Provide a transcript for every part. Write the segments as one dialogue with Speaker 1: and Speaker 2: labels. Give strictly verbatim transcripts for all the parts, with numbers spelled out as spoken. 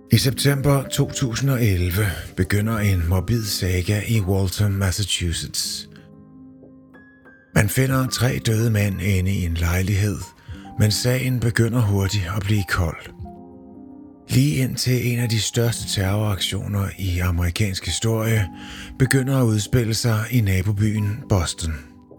Speaker 1: I september to tusind og elleve begynder en morbid saga i Waltham, Massachusetts. Man finder tre døde mænd inde i en lejlighed, men sagen begynder hurtigt at blive kold. Lige indtil en af de største terroraktioner i amerikansk historie begynder at udspille sig i nabobyen Boston.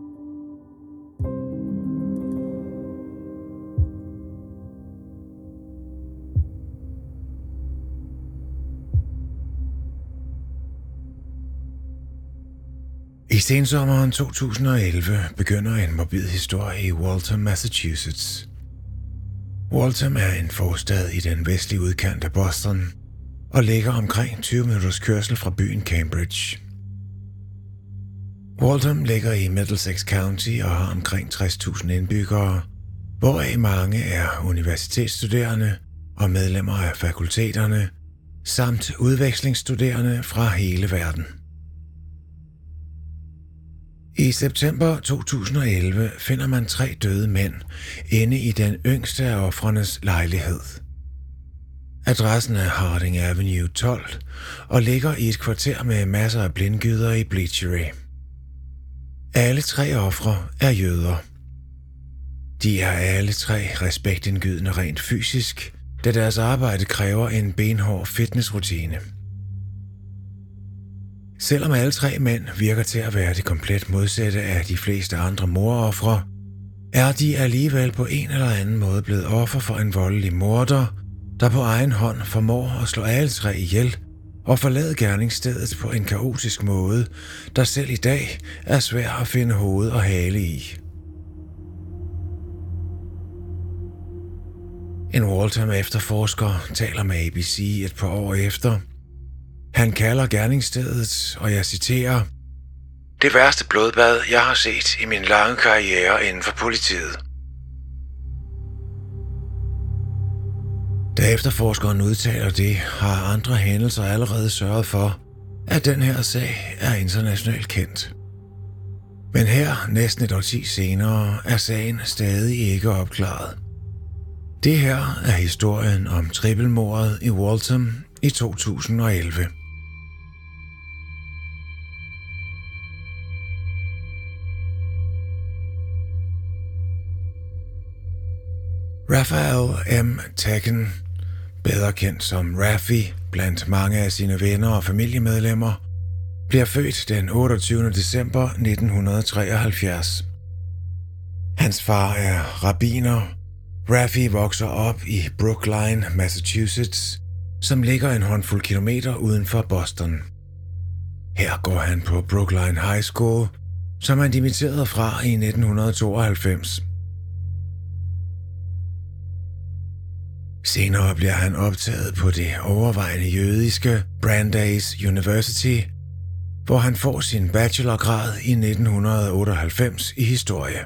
Speaker 1: I sensommeren to tusind og elleve begynder en morbid historie i Waltham, Massachusetts. Waltham er en forstad i den vestlige udkant af Boston og ligger omkring tyve minutters kørsel fra byen Cambridge. Waltham ligger i Middlesex County og har omkring tres tusind indbyggere, hvoraf mange er universitetsstuderende og medlemmer af fakulteterne, samt udvekslingsstuderende fra hele verden. I september to tusind og elleve finder man tre døde mænd inde i den yngste af ofrenes lejlighed. Adressen er Harding Avenue tolv og ligger i et kvarter med masser af blindgyder i Bleachery. Alle tre ofre er jøder. De er alle tre respektindgydende rent fysisk, da deres arbejde kræver en benhård fitnessrutine. Selvom alle tre mænd virker til at være det komplet modsatte af de fleste andre mordofre, er de alligevel på en eller anden måde blevet offer for en voldelig morder, der på egen hånd formår at slå alle tre ihjel og forlade gerningsstedet på en kaotisk måde, der selv i dag er svær at finde hoved og hale i. En Waltham efterforsker taler med A B C et par år efter. Han kalder gerningsstedet, og jeg citerer, "Det værste blodbad, jeg har set i min lange karriere inden for politiet." Da efterforskeren udtaler det, har andre hændelser allerede sørget for, at den her sag er internationalt kendt. Men her, næsten et årti senere, er sagen stadig ikke opklaret. Det her er historien om trippelmordet i Waltham i to tusind og elleve. Raphael M. Tacken, bedre kendt som Raffy blandt mange af sine venner og familiemedlemmer, bliver født den otteogtyvende december nitten treoghalvfjerds. Hans far er rabbiner. Raffy vokser op i Brookline, Massachusetts, som ligger en håndfuld kilometer uden for Boston. Her går han på Brookline High School, som han dimitterede fra i nitten tooghalvfems. Senere bliver han optaget på det overvejende jødiske Brandeis University, hvor han får sin bachelorgrad i nitten otteoghalvfems i historie.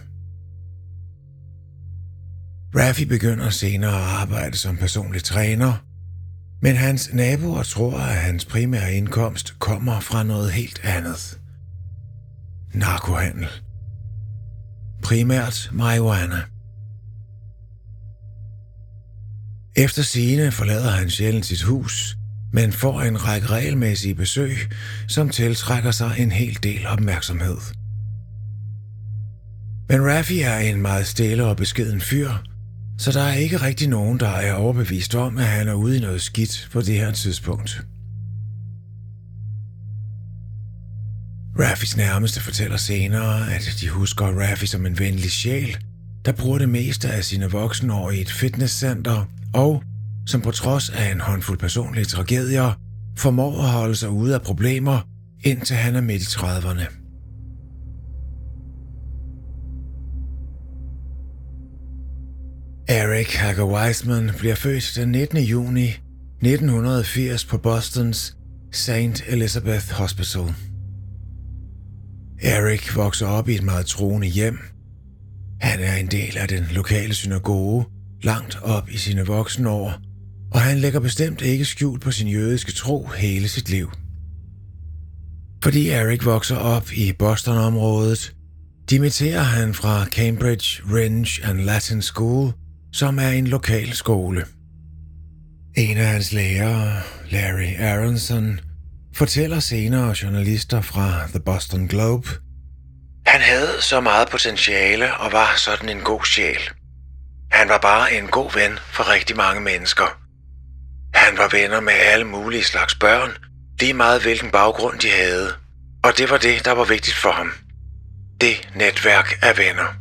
Speaker 1: Raffy begynder senere at arbejde som personlig træner, men hans naboer tror, at hans primære indkomst kommer fra noget helt andet. Narkohandel. Primært marihuana. Efter sigende forlader han sjældent sit hus, men får en række regelmæssige besøg, som tiltrækker sig en hel del opmærksomhed. Men Raffy er en meget stille og beskeden fyr, så der er ikke rigtig nogen, der er overbevist om, at han er ude i noget skidt på det her tidspunkt. Raffys nærmeste fortæller senere, at de husker Raffy som en venlig sjæl, der bruger det meste af sine voksenår i et fitnesscenter, og som på trods af en håndfuld personlige tragedier, formår at holde sig ude af problemer, indtil han er midt i trediverne. Eric Hager Wiseman bliver født den nittende juni nitten firs på Bostons Saint Elizabeth Hospital. Eric vokser op i et meget troende hjem. Han er en del af den lokale synagoge, langt op i sine voksenår, og han lægger bestemt ikke skjult på sin jødiske tro hele sit liv. Fordi Eric vokser op i Boston-området, dimitterer han fra Cambridge Rindge and Latin School, som er en lokal skole. En af hans lærere, Larry Aronson, fortæller senere journalister fra The Boston Globe: han havde så meget potentiale og var sådan en god sjæl. Han var bare en god ven for rigtig mange mennesker. Han var venner med alle mulige slags børn, lige meget hvilken baggrund de havde. Og det var det, der var vigtigt for ham. Det netværk af venner.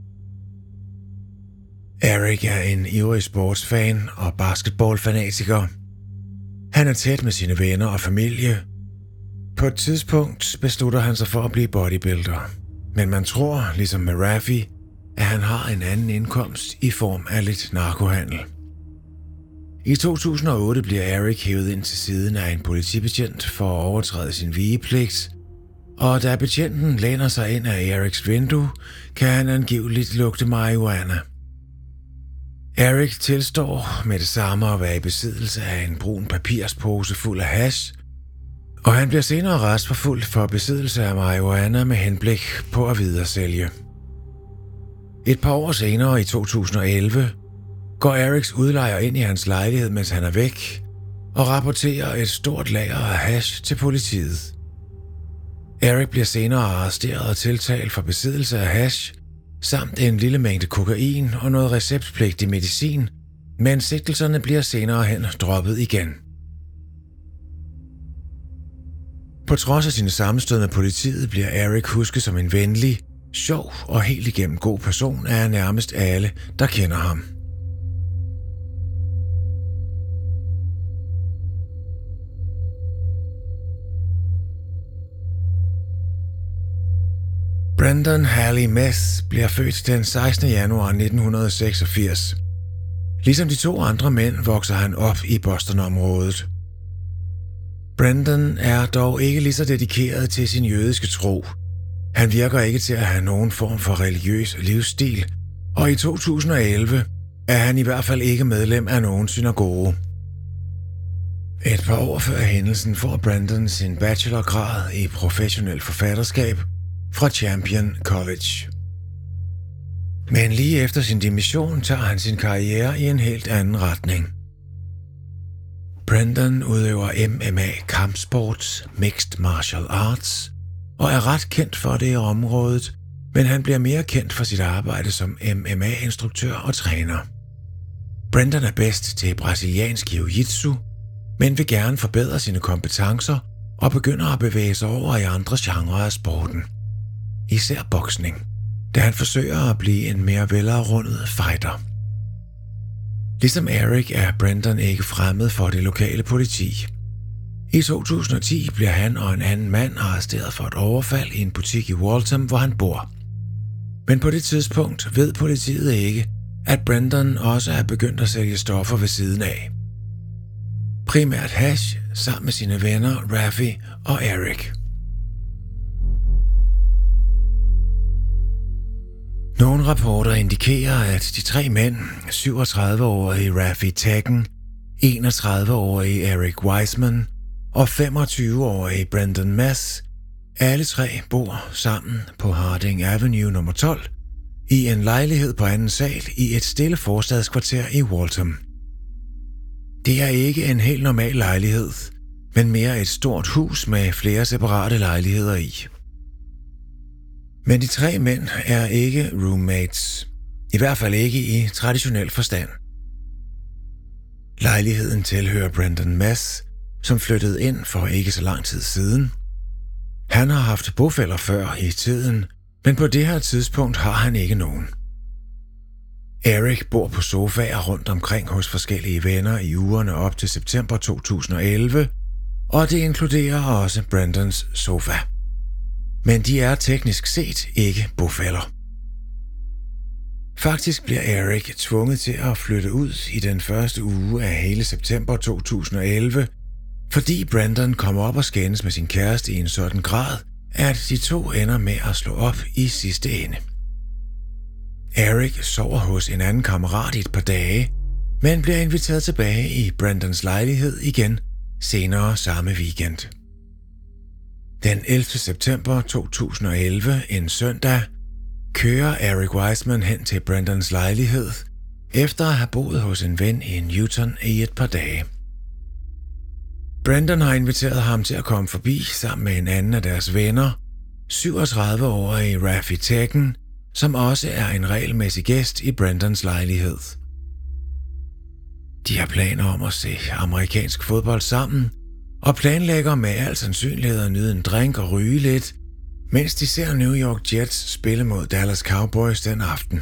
Speaker 1: Eric er en ivrig sportsfan og basketballfanatiker. Han er tæt med sine venner og familie. På et tidspunkt beslutter han sig for at blive bodybuilder. Men man tror, ligesom med Raffi, at han har en anden indkomst i form af lidt narkohandel. I to tusind og otte bliver Eric hævet ind til siden af en politibetjent for at overtræde sin vigepligt, og da betjenten læner sig ind af Erics vindue, kan han angiveligt lugte marihuana. Eric tilstår med det samme at være i besiddelse af en brun papirspose fuld af hash, og han bliver senere retsforfulgt for besiddelse af marihuana med henblik på at videresælge. Et par år senere i to tusind og elleve går Erics udlejer ind i hans lejlighed, mens han er væk, og rapporterer et stort lager af hash til politiet. Eric bliver senere arresteret og tiltalt for besiddelse af hash, samt en lille mængde kokain og noget receptpligtig medicin, men sigtelserne bliver senere hen droppet igen. På trods af sine sammenstød med politiet bliver Eric husket som en venlig, sjov og helt igennem god person af nærmest alle, der kender ham. Brendan Halley Mess bliver født den sekstende januar nitten seksogfirs. Ligesom de to andre mænd vokser han op i Boston-området. Brendan er dog ikke lige så dedikeret til sin jødiske tro. Han virker ikke til at have nogen form for religiøs livsstil, og i to tusind og elleve er han i hvert fald ikke medlem af nogen synagoge. Et par år før hændelsen får Brendan sin bachelorgrad i professionel forfatterskab fra Champion College. Men lige efter sin dimission tager han sin karriere i en helt anden retning. Brendan udøver M M A kampsport, Mixed Martial Arts, og er ret kendt for det i området, men han bliver mere kendt for sit arbejde som M M A-instruktør og træner. Brendan er bedst til brasiliansk jiu-jitsu, men vil gerne forbedre sine kompetencer og begynder at bevæge sig over i andre genrer af sporten. Især boksning, da han forsøger at blive en mere velafrundet fighter. Ligesom Eric er Brendan ikke fremmed for det lokale politi. I to tusind og ti bliver han og en anden mand arresteret for et overfald i en butik i Waltham, hvor han bor. Men på det tidspunkt ved politiet ikke, at Brendan også er begyndt at sælge stoffer ved siden af. Primært hash sammen med sine venner Raffi og Eric. Nogle rapporter indikerer, at de tre mænd, syvogtredive-årige Raffi Taggen, enogtredive-årige Eric Wiseman og femogtyve-årige Brendan Mess, alle tre bor sammen på Harding Avenue nummer tolv i en lejlighed på anden sal i et stille forstadskvarter i Waltham. Det er ikke en helt normal lejlighed, men mere et stort hus med flere separate lejligheder i. Men de tre mænd er ikke roommates, i hvert fald ikke i traditionel forstand. Lejligheden tilhører Brendan Mess, som flyttede ind for ikke så lang tid siden. Han har haft bofæller før i tiden, men på det her tidspunkt har han ikke nogen. Eric bor på sofaer rundt omkring hos forskellige venner i ugerne op til september to tusind og elleve, og det inkluderer også Brendans sofa. Men de er teknisk set ikke bofæller. Faktisk bliver Eric tvunget til at flytte ud i den første uge af hele september to tusind og elleve, fordi Brendan kommer op og skændes med sin kæreste i en sådan grad, at de to ender med at slå op i sidste ende. Eric sover hos en anden kammerat i et par dage, men bliver inviteret tilbage i Brendans lejlighed igen senere samme weekend. Den ellevte september to tusind og elleve, en søndag, kører Eric Wiseman hen til Brendans lejlighed, efter at have boet hos en ven i Newton i et par dage. Brendan har inviteret ham til at komme forbi sammen med en anden af deres venner, syvogtredive-årige Raffi Tekken, som også er en regelmæssig gæst i Brendans lejlighed. De har planer om at se amerikansk fodbold sammen, og planlægger med al sandsynlighed at nyde en drink og ryge lidt, mens de ser New York Jets spille mod Dallas Cowboys den aften.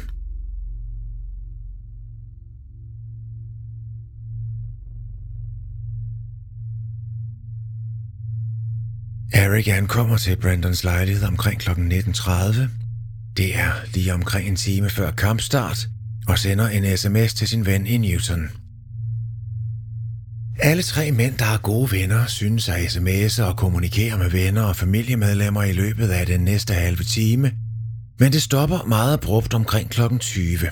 Speaker 1: Eric ankommer til Brendans lejlighed omkring klokken nitten tredive. Det er lige omkring en time før kampstart, og sender en sms til sin ven i Newton. Alle tre mænd, der er gode venner, synes at sms'e og kommunikere med venner og familiemedlemmer i løbet af den næste halve time, men det stopper meget abrupt omkring klokken tyve.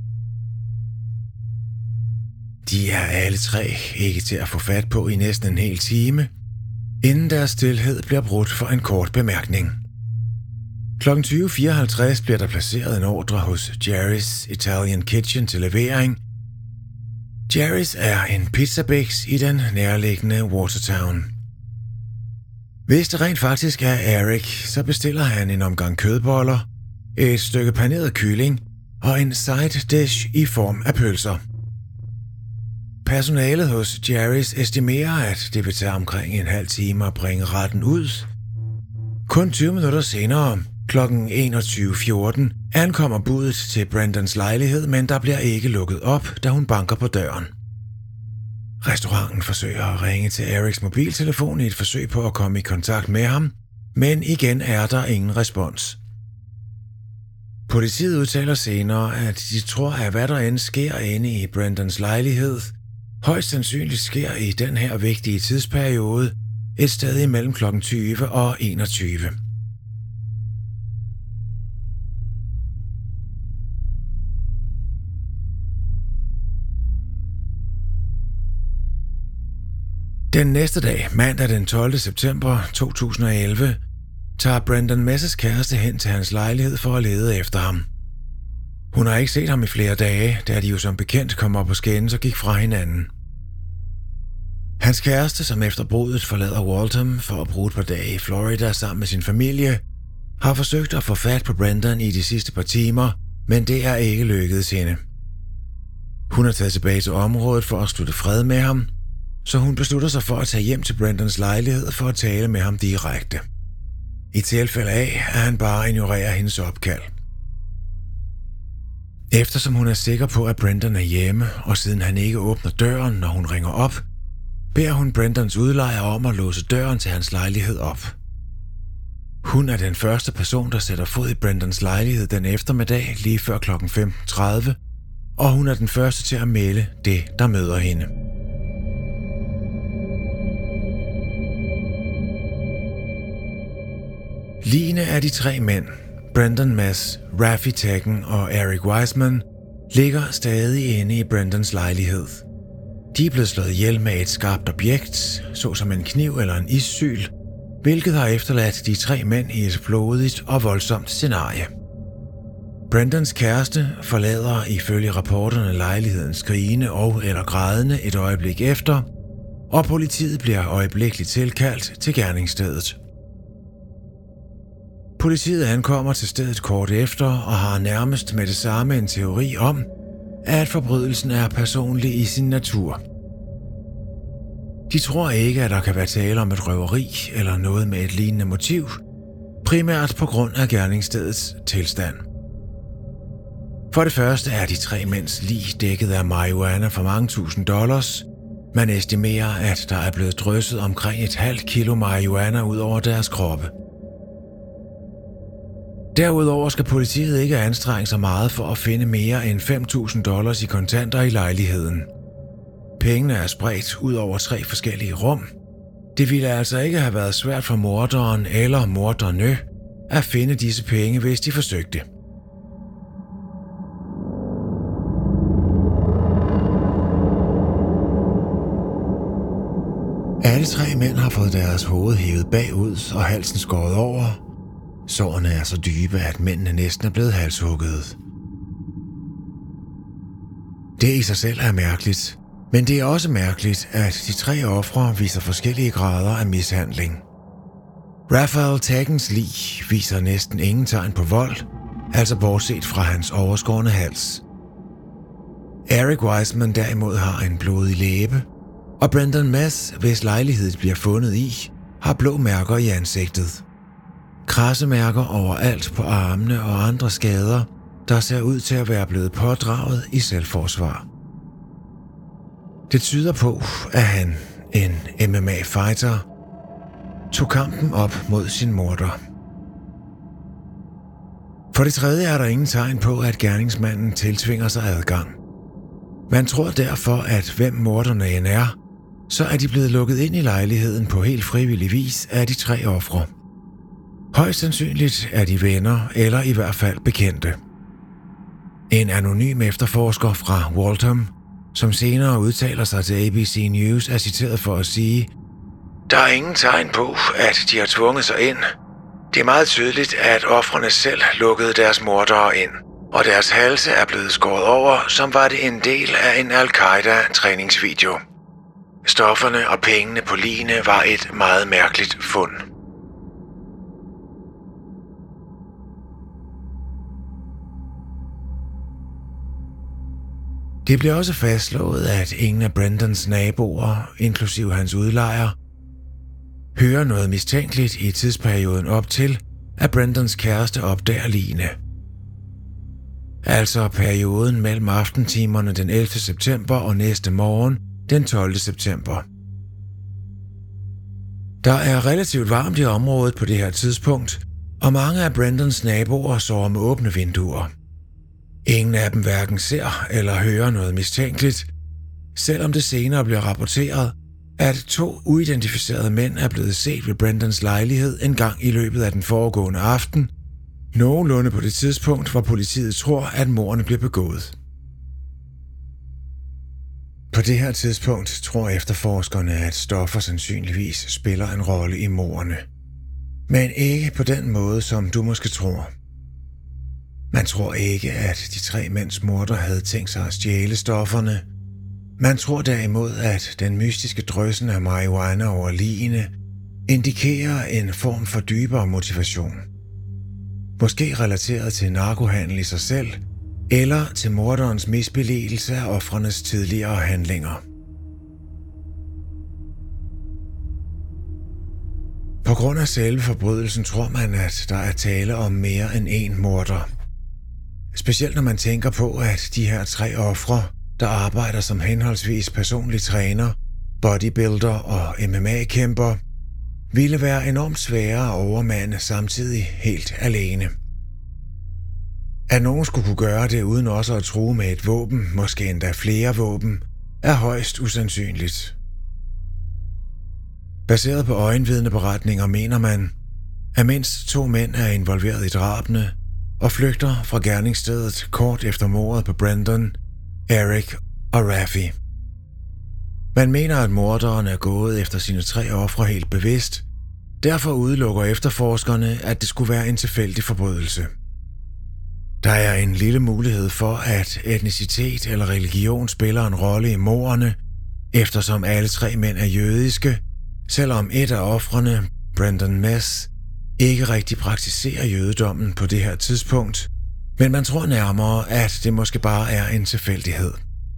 Speaker 1: De er alle tre ikke til at få fat på i næsten en hel time, inden deres stilhed bliver brudt for en kort bemærkning. klokken tyve fireoghalvtreds bliver der placeret en ordre hos Jerry's Italian Kitchen til levering. Jerry's er en pizzabix i den nærliggende Watertown. Hvis det rent faktisk er Eric, så bestiller han en omgang kødboller, et stykke paneret kylling og en side dish i form af pølser. Personalet hos Jerry's estimerer, at det vil tage omkring en halv time at bringe retten ud. Kun tyve minutter senere, klokken enogtyve fjorten, ankommer budet til Brendans lejlighed, men der bliver ikke lukket op, da hun banker på døren. Restauranten forsøger at ringe til Erics mobiltelefon i et forsøg på at komme i kontakt med ham, men igen er der ingen respons. Politiet udtaler senere, at de tror, at hvad der end sker inde i Brendans lejlighed, højst sandsynligt sker i den her vigtige tidsperiode, et sted imellem klokken tyve og enogtyve. Den næste dag, mandag den tolvte september to tusind og elleve, tager Brendan Messers kæreste hen til hans lejlighed for at lede efter ham. Hun har ikke set ham i flere dage, da de jo som bekendt kom op på skændes og gik fra hinanden. Hans kæreste, som efter bruddet forlader Waltham for at bruge et par dage i Florida sammen med sin familie, har forsøgt at få fat på Brendan i de sidste par timer, men det er ikke lykkedes hende. Hun er taget tilbage til området for at slutte fred med ham, så hun beslutter sig for at tage hjem til Brendans lejlighed for at tale med ham direkte. I tilfælde af, at han bare ignorerer hendes opkald. Eftersom hun er sikker på, at Brendan er hjemme, og siden han ikke åbner døren, når hun ringer op, beder hun Brendans udlejer om at låse døren til hans lejlighed op. Hun er den første person, der sætter fod i Brendans lejlighed den eftermiddag lige før klokken femten tredive, og hun er den første til at melde det, der møder hende. Ligene af de tre mænd, Brendan Mess, Raffi Tekken og Eric Wiseman, ligger stadig inde i Brendans lejlighed. De er blevet slået ihjel med et skarpt objekt, såsom en kniv eller en issyl, hvilket har efterladt de tre mænd i et blodigt og voldsomt scenarie. Brendans kæreste forlader ifølge rapporterne lejligheden skrigende og eller grædende et øjeblik efter, og politiet bliver øjeblikkeligt tilkaldt til gerningsstedet. Politiet ankommer til stedet kort efter og har nærmest med det samme en teori om, at forbrydelsen er personlig i sin natur. De tror ikke, at der kan være tale om et røveri eller noget med et lignende motiv, primært på grund af gerningsstedets tilstand. For det første er de tre mænds lig dækket af marihuana for mange tusind dollars. Man estimerer, at der er blevet drysset omkring et halvt kilo marihuana ud over deres kroppe. Derudover skal politiet ikke anstrenge sig meget for at finde mere end fem tusind dollars i kontanter i lejligheden. Pengene er spredt ud over tre forskellige rum. Det ville altså ikke have været svært for morderen eller morderne at finde disse penge, hvis de forsøgte. Alle tre mænd har fået deres hoved hævet bagud og halsen skåret over. Sårene er så dybe, at mændene næsten er blevet halshugget. Det i sig selv er mærkeligt, men det er også mærkeligt, at de tre ofre viser forskellige grader af mishandling. Raphael Taggens lig viser næsten ingen tegn på vold, altså bortset fra hans overskårne hals. Eric Wiseman derimod har en blodig læbe, og Brendan Mess, hvis lejlighed bliver fundet i, har blå mærker i ansigtet. Krassemærker overalt på armene og andre skader, der ser ud til at være blevet pådraget i selvforsvar. Det tyder på, at han, en M M A-fighter, tog kampen op mod sin morder. For det tredje er der ingen tegn på, at gerningsmanden tiltvinger sig adgang. Man tror derfor, at hvem morderne end er, så er de blevet lukket ind i lejligheden på helt frivillig vis af de tre ofre. Højst sandsynligt er de venner eller i hvert fald bekendte. En anonym efterforsker fra Waltham, som senere udtaler sig til A B C News, er citeret for at sige: "Der er ingen tegn på, at de har tvunget sig ind. Det er meget tydeligt, at ofrene selv lukkede deres mordere ind, og deres halse er blevet skåret over, som var det en del af en Al-Qaida-træningsvideo. Stofferne og pengene på ligene var et meget mærkeligt fund." Det bliver også fastslået, at ingen af Brendans naboer, inklusive hans udlejer, hører noget mistænkeligt i tidsperioden op til, at Brendans kæreste opdager ligene. Altså perioden mellem aftentimerne den ellevte september og næste morgen den tolvte september. Der er relativt varmt i området på det her tidspunkt, og mange af Brendans naboer sover med åbne vinduer. Ingen af dem hverken ser eller hører noget mistænkeligt, selvom det senere bliver rapporteret, at to uidentificerede mænd er blevet set ved Brendans lejlighed en gang i løbet af den foregående aften, nogenlunde på det tidspunkt, hvor politiet tror, at mordene bliver begået. På det her tidspunkt tror efterforskerne, at stoffer sandsynligvis spiller en rolle i mordene. Men ikke på den måde, som du måske tror. Man tror ikke, at de tre mænds morder havde tænkt sig at stjæle stofferne. Man tror derimod, at den mystiske drøssen af marihuana over ligene indikerer en form for dybere motivation. Måske relateret til narkohandel i sig selv, eller til morderens misbilligelse af ofrenes tidligere handlinger. På grund af selve forbrydelsen tror man, at der er tale om mere end én morder. Specielt når man tænker på, at de her tre ofre, der arbejder som henholdsvis personlig træner, bodybuilder og M M A-kæmper, ville være enormt svære at overmande samtidig helt alene. At nogen skulle kunne gøre det uden også at true med et våben, måske endda flere våben, er højst usandsynligt. Baseret på øjenvidneberetninger mener man, at mindst to mænd er involveret i drabene og flygter fra gerningsstedet kort efter mordet på Brendan, Eric og Raffi. Man mener, at morderen er gået efter sine tre ofre helt bevidst, derfor udelukker efterforskerne, at det skulle være en tilfældig forbrydelse. Der er en lille mulighed for, at etnicitet eller religion spiller en rolle i mordene, eftersom alle tre mænd er jødiske, selvom et af ofrene, Brendan Mess, ikke rigtig praktiserer jødedommen på det her tidspunkt, men man tror nærmere, at det måske bare er en tilfældighed.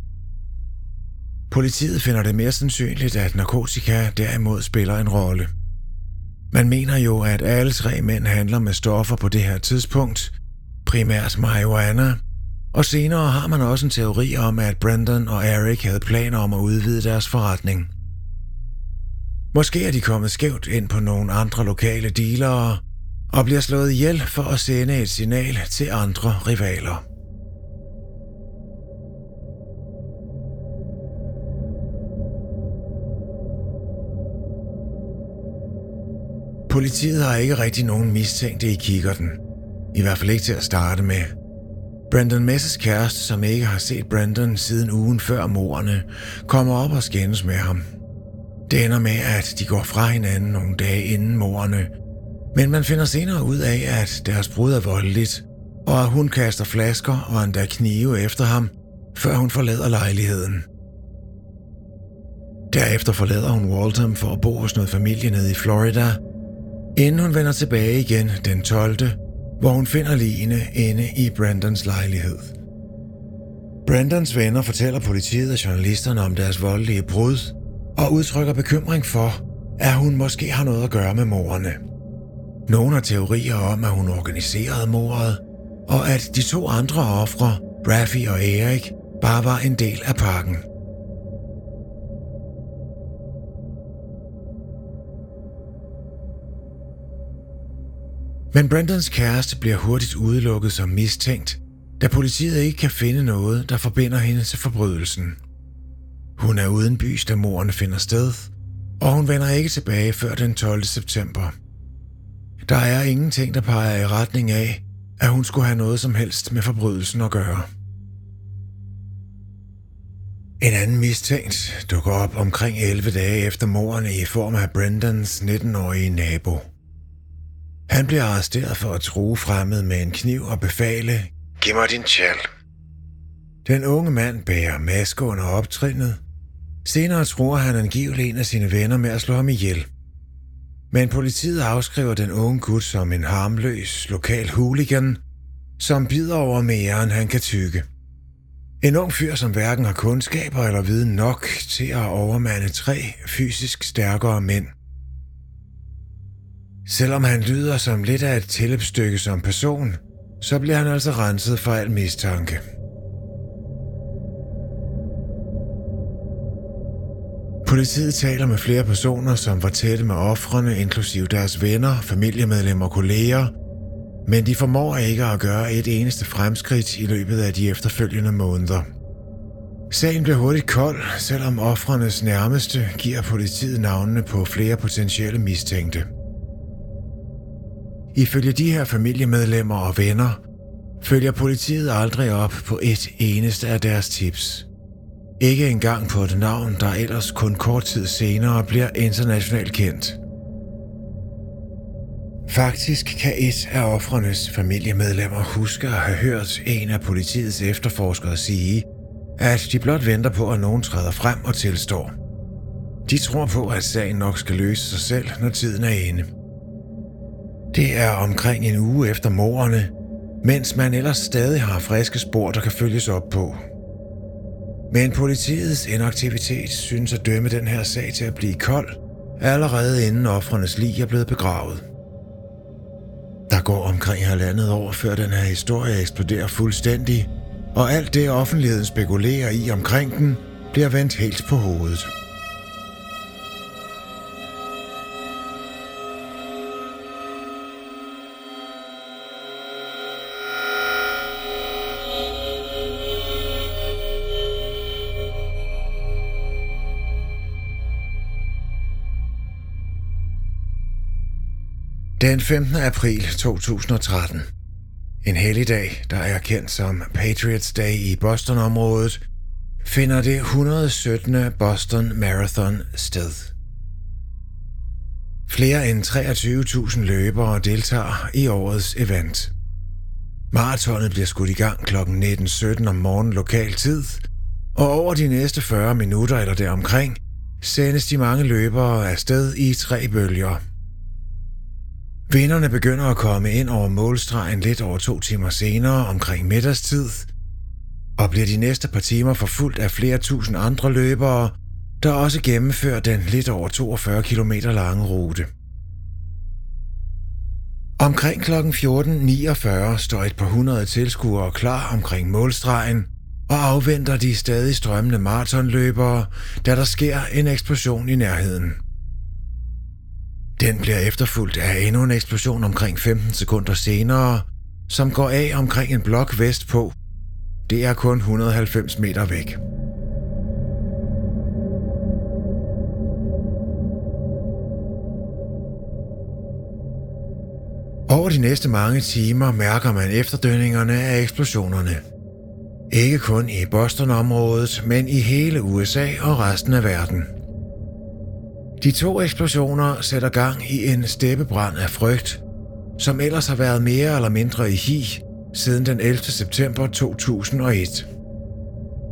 Speaker 1: Politiet finder det mere sandsynligt, at narkotika derimod spiller en rolle. Man mener jo, at alle tre mænd handler med stoffer på det her tidspunkt, primært marihuana, og senere har man også en teori om, at Brendan og Eric havde planer om at udvide deres forretning. Måske er de kommet skævt ind på nogle andre lokale dealere og bliver slået ihjel for at sende et signal til andre rivaler. Politiet har ikke rigtig nogen mistænkte i kikkerten. I hvert fald ikke til at starte med. Brendan Mess' kæreste, som ikke har set Brendan siden ugen før mordene, kommer op og skændes med ham. Det ender med, at de går fra hinanden nogle dage inden mordene, men man finder senere ud af, at deres brud er voldeligt, og at hun kaster flasker og endda knive efter ham, før hun forlader lejligheden. Derefter forlader hun Waltham for at bo hos noget familie nede i Florida, inden hun vender tilbage igen den tolvte hvor hun finder ligene inde i Brendans lejlighed. Brendans venner fortæller politiet og journalisterne om deres voldelige brud og udtrykker bekymring for, at hun måske har noget at gøre med mordene. Nogle har teorier om, at hun organiserede mordet, og at de to andre ofre, Raffi og Erik, bare var en del af pakken. Men Brendans kæreste bliver hurtigt udelukket som mistænkt, da politiet ikke kan finde noget, der forbinder hende til forbrydelsen. Hun er uden bys, da mordene finder sted, og hun vender ikke tilbage før den tolvte september. Der er ingenting, der peger i retning af, at hun skulle have noget som helst med forbrydelsen at gøre. En anden mistænkt dukker op omkring elleve dage efter mordene i form af Brendans nitten-årige nabo. Han bliver arresteret for at true fremmede med en kniv og befale, "Giv mig din tjal." Den unge mand bærer maske under optrinnet. Senere truer han angiveligt en af sine venner med at slå ham ihjel. Men politiet afskriver den unge gut som en harmløs lokal hooligan, som bider over mere end han kan tygge. En ung fyr, som hverken har kundskaber eller viden nok til at overmande tre fysisk stærkere mænd. Selvom han lyder som lidt af et tilløbsstykke som person, så bliver han altså renset for al mistanke. Politiet taler med flere personer, som var tætte med ofrene, inklusive deres venner, familiemedlemmer og kolleger, men de formår ikke at gøre et eneste fremskridt i løbet af de efterfølgende måneder. Sagen bliver hurtigt kold, selvom ofrenes nærmeste giver politiet navnene på flere potentielle mistænkte. Ifølge de her familiemedlemmer og venner, følger politiet aldrig op på et eneste af deres tips. Ikke engang på et navn, der ellers kun kort tid senere bliver internationalt kendt. Faktisk kan et af ofrenes familiemedlemmer huske at have hørt en af politiets efterforskere sige, at de blot venter på, at nogen træder frem og tilstår. De tror på, at sagen nok skal løse sig selv, når tiden er inde. Det er omkring en uge efter mordene, mens man ellers stadig har friske spor, der kan følges op på. Men politiets inaktivitet synes at dømme den her sag til at blive kold, allerede inden ofrenes lig er blevet begravet. Der går omkring halvandet år, før den her historie eksploderer fuldstændig, og alt det offentligheden spekulerer i omkring den, bliver vendt helt på hovedet. Den femtende april to tusind og tretten. En helligdag, der er kendt som Patriots Day i Boston-området, finder det et hundrede og syttende Boston Marathon sted. Flere end treogtyve tusind løbere deltager i årets event. Maratonet bliver skudt i gang klokken nitten sytten om morgenen lokal tid, og over de næste fyrre minutter eller deromkring sendes de mange løbere afsted i tre bølger. Vinderne begynder at komme ind over målstregen lidt over to timer senere omkring middagstid, og bliver de næste par timer forfulgt af flere tusind andre løbere, der også gennemfører den lidt over toogfyrre kilometer lange rute. Omkring klokken fjorten niogfyrre står et par hundrede tilskuere klar omkring målstregen og afventer de stadig strømmende maratonløbere, da der sker en eksplosion i nærheden. Den bliver efterfulgt af endnu en eksplosion omkring femten sekunder senere, som går af omkring en blok vestpå. Det er kun et hundrede og halvfems meter væk. Over de næste mange timer mærker man efterdønningerne af eksplosionerne. Ikke kun i Boston-området, men i hele U S A og resten af verden. De to eksplosioner sætter gang i en steppebrand af frygt, som ellers har været mere eller mindre i hi siden den ellevte september to tusind og et.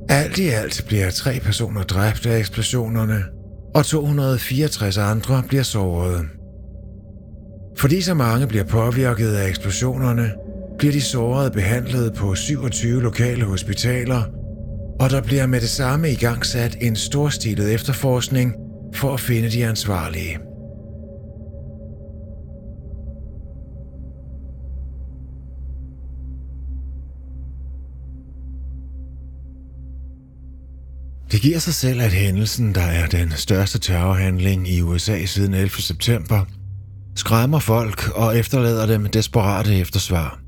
Speaker 1: Alt i alt bliver tre personer dræbt af eksplosionerne, og to hundrede og fireogtres andre bliver såret. Fordi så mange bliver påvirket af eksplosionerne, bliver de sårede behandlet på syvogtyve lokale hospitaler, og der bliver med det samme igangsat en storstilet efterforskning for at finde de ansvarlige. Det giver sig selv, at hændelsen, der er den største terrorhandling i U S A siden ellevte september, skræmmer folk og efterlader dem desperate eftersvar.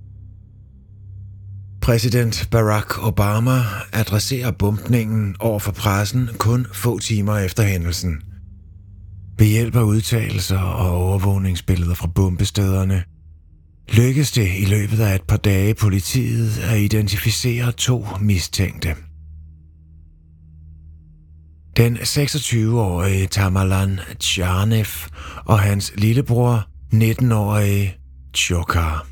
Speaker 1: Præsident Barack Obama adresserer bombningen over for pressen kun få timer efter hændelsen. Ved hjælp af udtalelser og overvågningsbilleder fra bombestederne lykkedes det i løbet af et par dage politiet at identificere to mistænkte. Den seksogtyve-årige Tamerlan Tsarnaev og hans lillebror, nitten-årige Dzhokhar.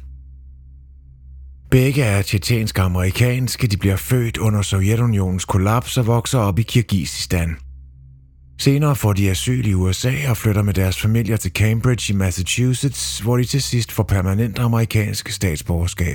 Speaker 1: Begge er tjetjensk-amerikanske, de bliver født under Sovjetunionens kollaps og vokser op i Kirgisistan. Senere får de asyl i U S A og flytter med deres familier til Cambridge i Massachusetts, hvor de til sidst får permanent amerikansk statsborgerskab.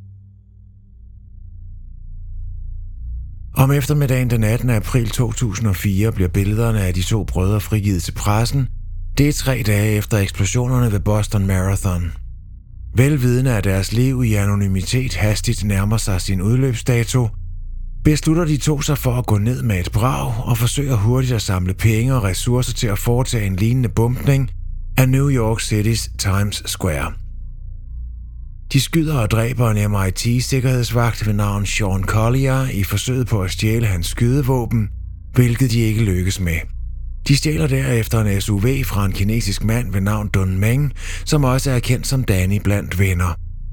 Speaker 1: Om eftermiddagen den attende april to tusind og fire bliver billederne af de to brødre frigivet til pressen. Det er tre dage efter eksplosionerne ved Boston Marathon. Velvidende af deres liv i anonymitet hastigt nærmer sig sin udløbsdato, beslutter de to sig for at gå ned med et brag og forsøger hurtigt at samle penge og ressourcer til at foretage en lignende bombning af New York City's Times Square. De skyder og dræber en M I T-sikkerhedsvagt ved navn Sean Collier i forsøget på at stjæle hans skydevåben, hvilket de ikke lykkes med. De stjæler derefter en S U V fra en kinesisk mand ved navn Dun Meng, som også er kendt som Danny blandt venner.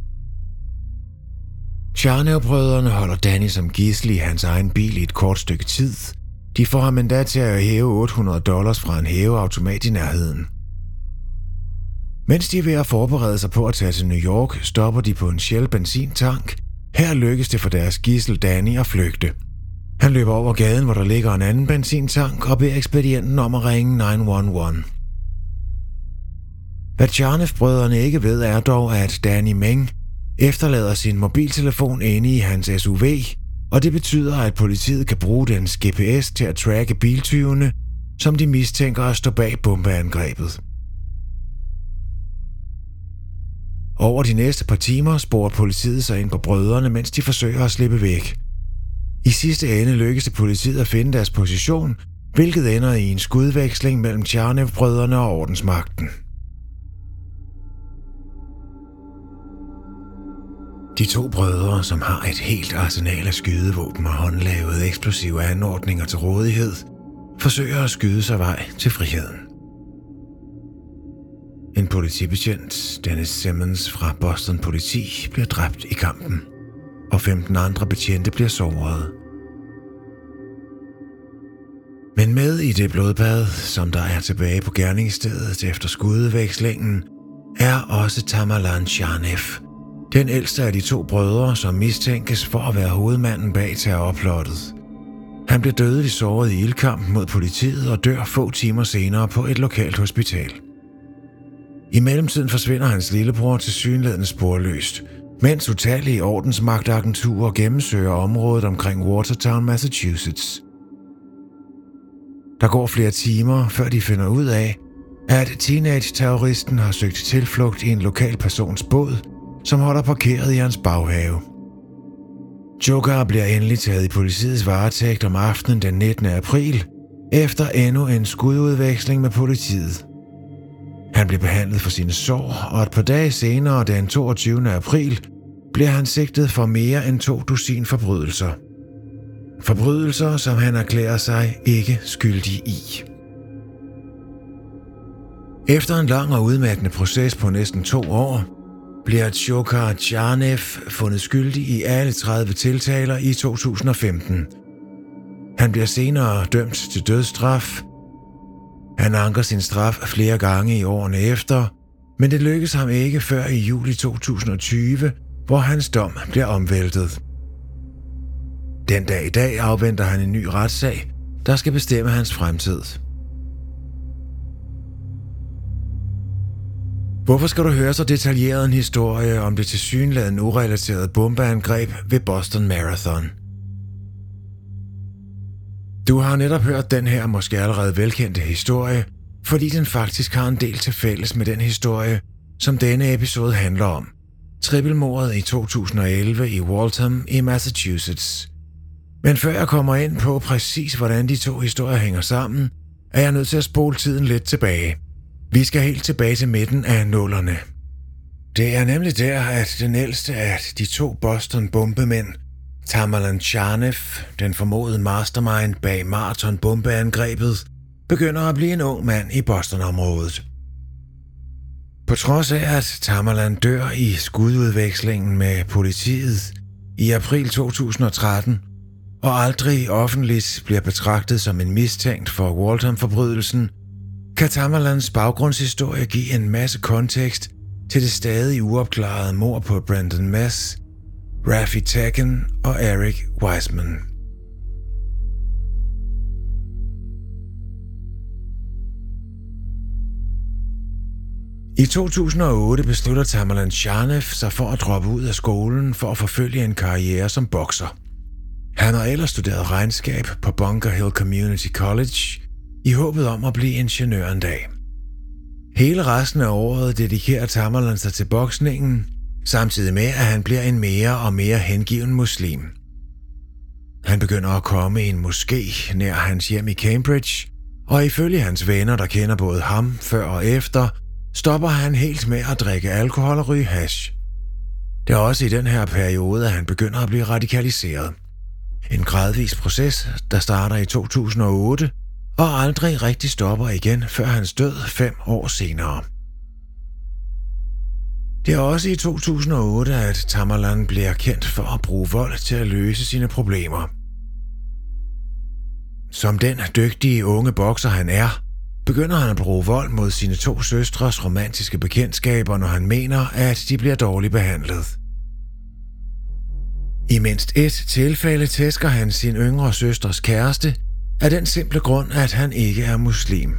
Speaker 1: Tsarnaev-brødrene holder Danny som gidsel i hans egen bil i et kort stykke tid. De får ham endda til at hæve otte hundrede dollars fra en hæveautomat i nærheden. Mens de er ved at forberede sig på at tage til New York, stopper de på en Shell benzintank. Her lykkes det for deres gidsel Danny at flygte. Han løber over gaden, hvor der ligger en anden benzintank, og beder ekspedienten om at ringe ni et et et. Hvad Tsarnaev-brødrene ikke ved er dog, at Danny Meng efterlader sin mobiltelefon inde i hans S U V, og det betyder, at politiet kan bruge dens G P S til at tracke biltyvene, som de mistænker at stå bag bombeangrebet. Over de næste par timer sporer politiet sig ind på brødrene, mens de forsøger at slippe væk. I sidste ende lykkes det politiet at finde deres position, hvilket ender i en skudveksling mellem Tsarnaev-brødrene og ordensmagten. De to brødre, som har et helt arsenal af skydevåben og håndlavede eksplosive anordninger til rådighed, forsøger at skyde sig vej til friheden. En politibetjent, Dennis Simmons fra Boston Politi, bliver dræbt i kampen, og femten andre betjente bliver såret. Men med i det blodbad, som der er tilbage på gerningsstedet efter skudvekslingen, er også Tamerlan Tsarnaev, den ældste af de to brødre, som mistænkes for at være hovedmanden bag terrorplottet. Han bliver dødeligt såret i ildkampen mod politiet og dør få timer senere på et lokalt hospital. I mellemtiden forsvinder hans lillebror tilsyneladende sporløst, mens utallige ordensmagtagenturer gennemsøger området omkring Watertown, Massachusetts. Der går flere timer, før de finder ud af, at teenage-terroristen har søgt tilflugt i en lokal persons båd, som holder parkeret i hans baghave. Dzhokhar bliver endelig taget i politiets varetægt om aftenen den nittende april, efter endnu en skududveksling med politiet. Han blev behandlet for sine sår, og et par dage senere, den toogtyvende april, bliver han sigtet for mere end to dusin forbrydelser. Forbrydelser, som han erklærer sig ikke skyldig i. Efter en lang og udmattende proces på næsten to år, bliver Dzhokhar Tsarnaev fundet skyldig i alle tredive tiltaler i to tusind og femten. Han bliver senere dømt til dødsstraf. Han anker sin straf flere gange i årene efter, men det lykkes ham ikke før i juli to tusind og tyve, hvor hans dom bliver omvæltet. Den dag i dag afventer han en ny retssag, der skal bestemme hans fremtid. Hvorfor skal du høre så detaljeret en historie om det tilsyneladende urelaterede bombeangreb ved Boston Marathon? Du har netop hørt den her måske allerede velkendte historie, fordi den faktisk har en del til fælles med den historie, som denne episode handler om. Trippelmordet i to tusind og elleve i Waltham i Massachusetts. Men før jeg kommer ind på præcis hvordan de to historier hænger sammen, er jeg nødt til at spole tiden lidt tilbage. Vi skal helt tilbage til midten af nullerne. Det er nemlig der, at den ældste af de to Boston-bombemænd, Tamerlan Tsarnaev, den formodede mastermind bag marathon-bombeangrebet, begynder at blive en ung mand i Boston-området. På trods af, at Tamerlan dør i skududvekslingen med politiet i april to tusind og tretten, og aldrig offentligt bliver betragtet som en mistænkt for Waltham-forbrydelsen, kan Tamerlans baggrundshistorie give en masse kontekst til det stadig uopklarede mord på Brendan Mess, Raffi Tacken og Eric Wiseman. I to tusind og otte beslutter Tamerlan Tsarnaev sig for at droppe ud af skolen for at forfølge en karriere som bokser. Han har ellers studeret regnskab på Bunker Hill Community College i håbet om at blive ingeniør en dag. Hele resten af året dedikerer Tamerlan sig til boksningen, samtidig med at han bliver en mere og mere hengiven muslim. Han begynder at komme i en moské nær hans hjem i Cambridge, og ifølge hans venner, der kender både ham før og efter, stopper han helt med at drikke alkohol og ryge hash. Det er også i den her periode, at han begynder at blive radikaliseret. En gradvis proces, der starter i to tusind og otte, og aldrig rigtig stopper igen før hans død fem år senere. Det er også i to tusind og otte, at Tamerlan bliver kendt for at bruge vold til at løse sine problemer. Som den dygtige unge bokser han er, begynder han at bruge vold mod sine to søstres romantiske bekendtskaber, når han mener, at de bliver dårligt behandlet. I mindst et tilfælde tæsker han sin yngre søsters kæreste, af den simple grund, at han ikke er muslim.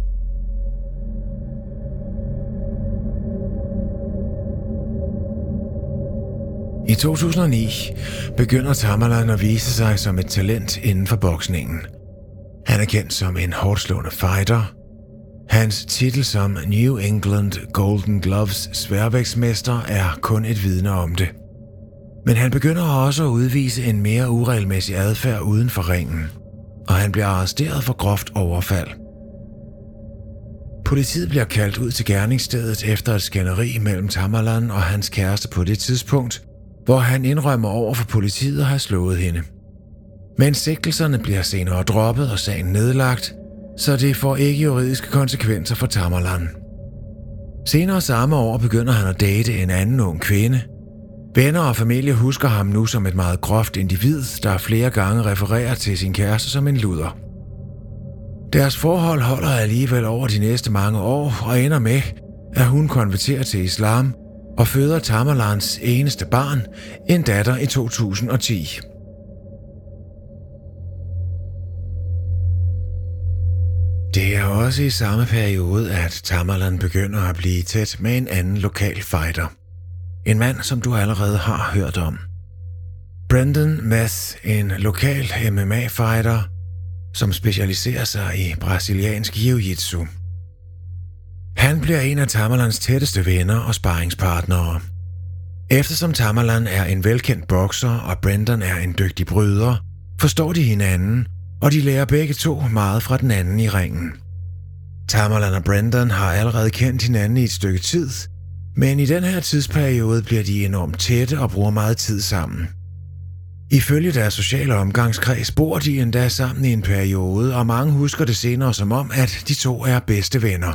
Speaker 1: I to tusind og ni begynder Tamerlan at vise sig som et talent inden for boksningen. Han er kendt som en hårdslående fighter. Hans titel som New England Golden Gloves sværvægtsmester er kun et vidne om det. Men han begynder også at udvise en mere uregelmæssig adfærd uden for ringen, og han bliver arresteret for groft overfald. Politiet bliver kaldt ud til gerningsstedet efter et skænderi mellem Tamerlan og hans kæreste på det tidspunkt, hvor han indrømmer over for politiet at have slået hende. Men sigtelserne bliver senere droppet og sagen nedlagt, så det får ikke juridiske konsekvenser for Tamerlan. Senere samme år begynder han at date en anden ung kvinde. Venner og familie husker ham nu som et meget groft individ, der flere gange refererer til sin kæreste som en luder. Deres forhold holder alligevel over de næste mange år og ender med, at hun konverterer til islam og føder Tamerlans eneste barn, en datter i to tusind og ti. Det er også i samme periode, at Tamerlan begynder at blive tæt med en anden lokal fighter. En mand, som du allerede har hørt om. Brendan Mess, en lokal M M A-fighter, som specialiserer sig i brasiliansk jiu-jitsu. Han bliver en af Tamerlans tætteste venner og sparringspartnere. Eftersom Tamerlan er en velkendt bokser og Brendan er en dygtig bryder, forstår de hinanden, og de lærer begge to meget fra den anden i ringen. Tamerlan og Brendan har allerede kendt hinanden i et stykke tid, men i den her tidsperiode bliver de enormt tætte og bruger meget tid sammen. Ifølge deres sociale omgangskreds bor de endda sammen i en periode, og mange husker det senere som om, at de to er bedste venner.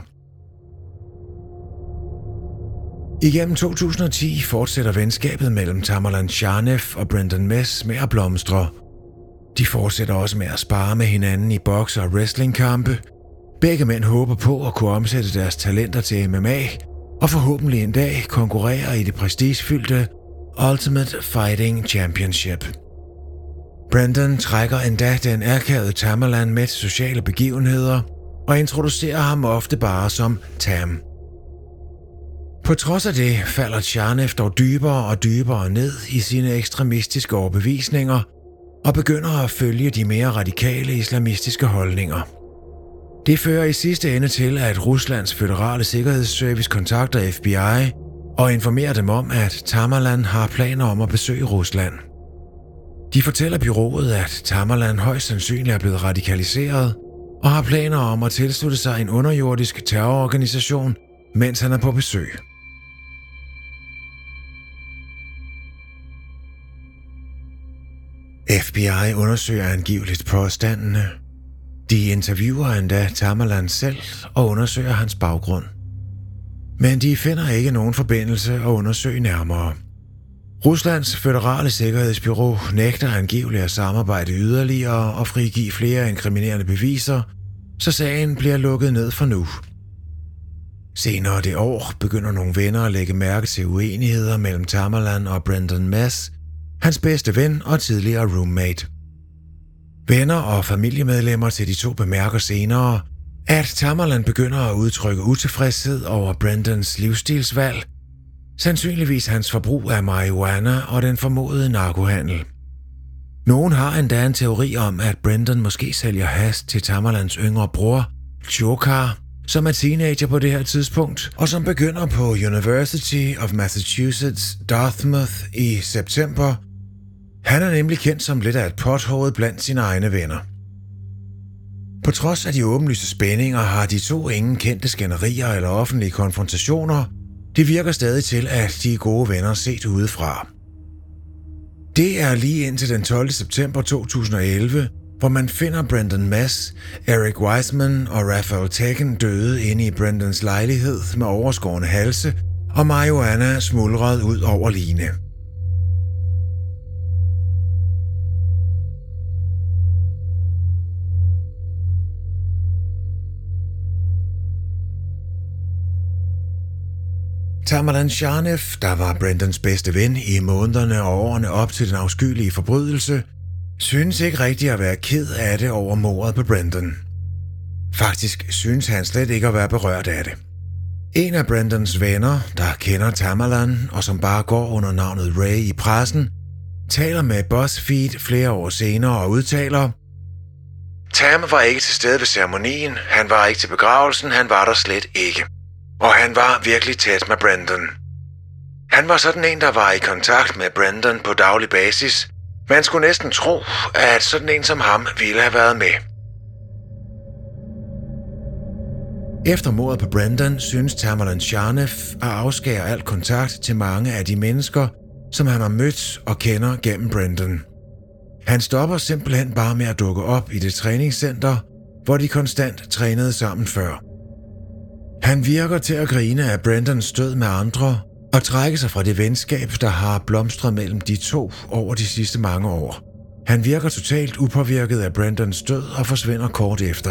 Speaker 1: Igennem to tusind og ti fortsætter venskabet mellem Tamerlan Tsarnaev og Brendan Mess med at blomstre. De fortsætter også med at spare med hinanden i boks- og wrestlingkampe. Begge mænd håber på at kunne omsætte deres talenter til M M A, og forhåbentlig en dag konkurrere i det prestigefyldte Ultimate Fighting Championship. Brendan trækker endda den akavede Tamerlan med til sociale begivenheder og introducerer ham ofte bare som Tam. På trods af det falder Charnef dog dybere og dybere ned i sine ekstremistiske overbevisninger og begynder at følge de mere radikale islamistiske holdninger. Det fører i sidste ende til, at Ruslands føderale sikkerhedsservice kontakter F B I og informerer dem om, at Tamerlan har planer om at besøge Rusland. De fortæller bureauet, at Tamerlan højst sandsynligt er blevet radikaliseret og har planer om at tilslutte sig en underjordisk terrororganisation, mens han er på besøg. F B I undersøger angiveligt påstandene. De interviewer endda Tamerlan selv og undersøger hans baggrund. Men de finder ikke nogen forbindelse at undersøge nærmere. Ruslands føderale sikkerhedsbyrå nægter angiveligt at samarbejde yderligere og frigive flere inkriminerende beviser, så sagen bliver lukket ned for nu. Senere det år begynder nogle venner at lægge mærke til uenigheder mellem Tamerlan og Brendan Mass, hans bedste ven og tidligere roommate. Venner og familiemedlemmer til de to bemærker senere, at Tamerlan begynder at udtrykke utilfredshed over Brendans livsstilsvalg, sandsynligvis hans forbrug af marihuana og den formodede narkohandel. Nogen har endda en teori om, at Brendan måske sælger hash til Tamerlans yngre bror, Dzhokhar, som er teenager på det her tidspunkt, og som begynder på University of Massachusetts Dartmouth i september. Han er nemlig kendt som lidt af et pothoved blandt sine egne venner. På trods af de åbenlyse spændinger har de to ingen kendte skænderier eller offentlige konfrontationer. Det virker stadig til, at de er gode venner set udefra. Det er lige indtil den tolvte september to tusind og elleve, hvor man finder Brendan Mass, Eric Wiseman og Raphael Tekken døde inde i Brendans lejlighed med overskårne halse og marihuana smuldret ud over line. Tamerlan Charnef, der var Brendans bedste ven i månederne og årene op til den afskyelige forbrydelse, synes ikke rigtig at være ked af det over mordet på Brendan. Faktisk synes han slet ikke at være berørt af det. En af Brendans venner, der kender Tamerlan og som bare går under navnet Ray i pressen, taler med BuzzFeed flere år senere og udtaler: Tam var ikke til stede ved ceremonien, han var ikke til begravelsen, han var der slet ikke. Og han var virkelig tæt med Brendan. Han var sådan en, der var i kontakt med Brendan på daglig basis. Man skulle næsten tro, at sådan en som ham ville have været med. Efter mordet på Brendan synes Tamerlan Charnef at afskære al kontakt til mange af de mennesker, som han har mødt og kender gennem Brendan. Han stopper simpelthen bare med at dukke op i det træningscenter, hvor de konstant trænede sammen før. Han virker til at grine af Brendans død med andre og trække sig fra det venskab, der har blomstret mellem de to over de sidste mange år. Han virker totalt upåvirket af Brendans død og forsvinder kort efter.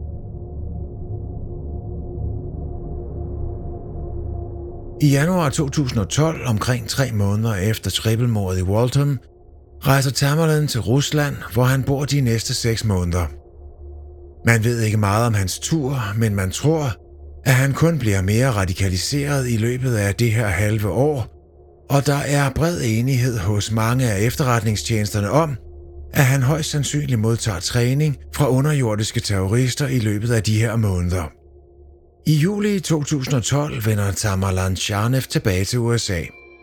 Speaker 1: I januar to tusind og tolv, omkring tre måneder efter trippelmordet i Waltham, rejser Tamerlan til Rusland, hvor han bor de næste seks måneder. Man ved ikke meget om hans tur, men man tror, at han kun bliver mere radikaliseret i løbet af det her halve år, og der er bred enighed hos mange af efterretningstjenesterne om, at han højst sandsynligt modtager træning fra underjordiske terrorister i løbet af de her måneder. I juli to tusind og tolv vender Tamerlan Charnef tilbage til U S A.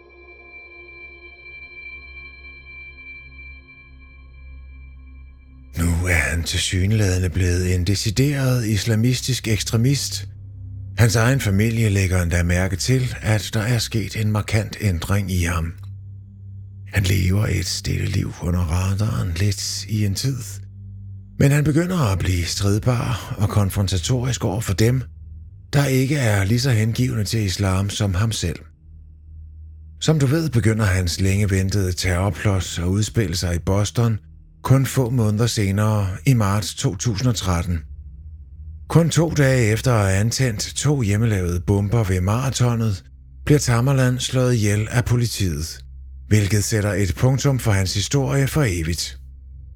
Speaker 1: Nu er han tilsyneladende blevet en decideret islamistisk ekstremist. Hans egen familie lægger endda mærke til, at der er sket en markant ændring i ham. Han lever et stille liv under radaren lidt i en tid, men han begynder at blive stridbar og konfrontatorisk over for dem, der ikke er lige så hengivne til islam som ham selv. Som du ved, begynder hans længe ventede terrorplot at udspille sig i Boston kun få måneder senere i marts to tusind og tretten. Kun to dage efter at have antændt to hjemmelavede bomber ved maratonet, bliver Tamerlan slået ihjel af politiet, hvilket sætter et punktum for hans historie for evigt.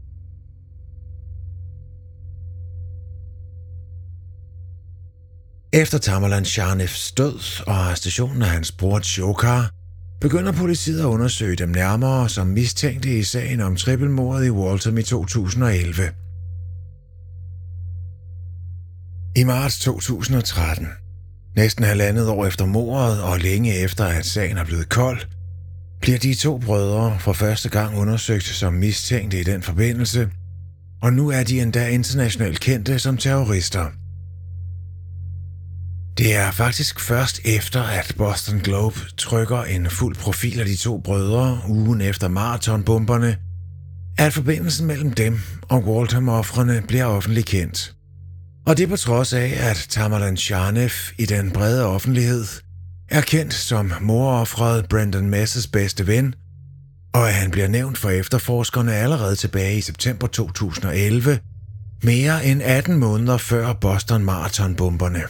Speaker 1: Efter Tamerlan Sharnefs død og arrestationen af hans bror Dzhokhar, begynder politiet at undersøge dem nærmere som mistænkte i sagen om trippelmordet i Waltham i to tusind og elleve. I marts to tusind og tretten, næsten halvandet år efter mordet og længe efter at sagen er blevet kold, bliver de to brødre for første gang undersøgt som mistænkte i den forbindelse, og nu er de endda internationalt kendte som terrorister. Det er faktisk først efter, at Boston Globe trykker en fuld profil af de to brødre ugen efter maratonbomberne, at forbindelsen mellem dem og Waltham-ofrene bliver offentligt kendt. Og det på trods af, at Tamerlan Sharnef i den brede offentlighed er kendt som morofferet Brendan Messers bedste ven, og at han bliver nævnt for efterforskerne allerede tilbage i september to tusind og elleve, mere end atten måneder før Boston Marathon-bomberne.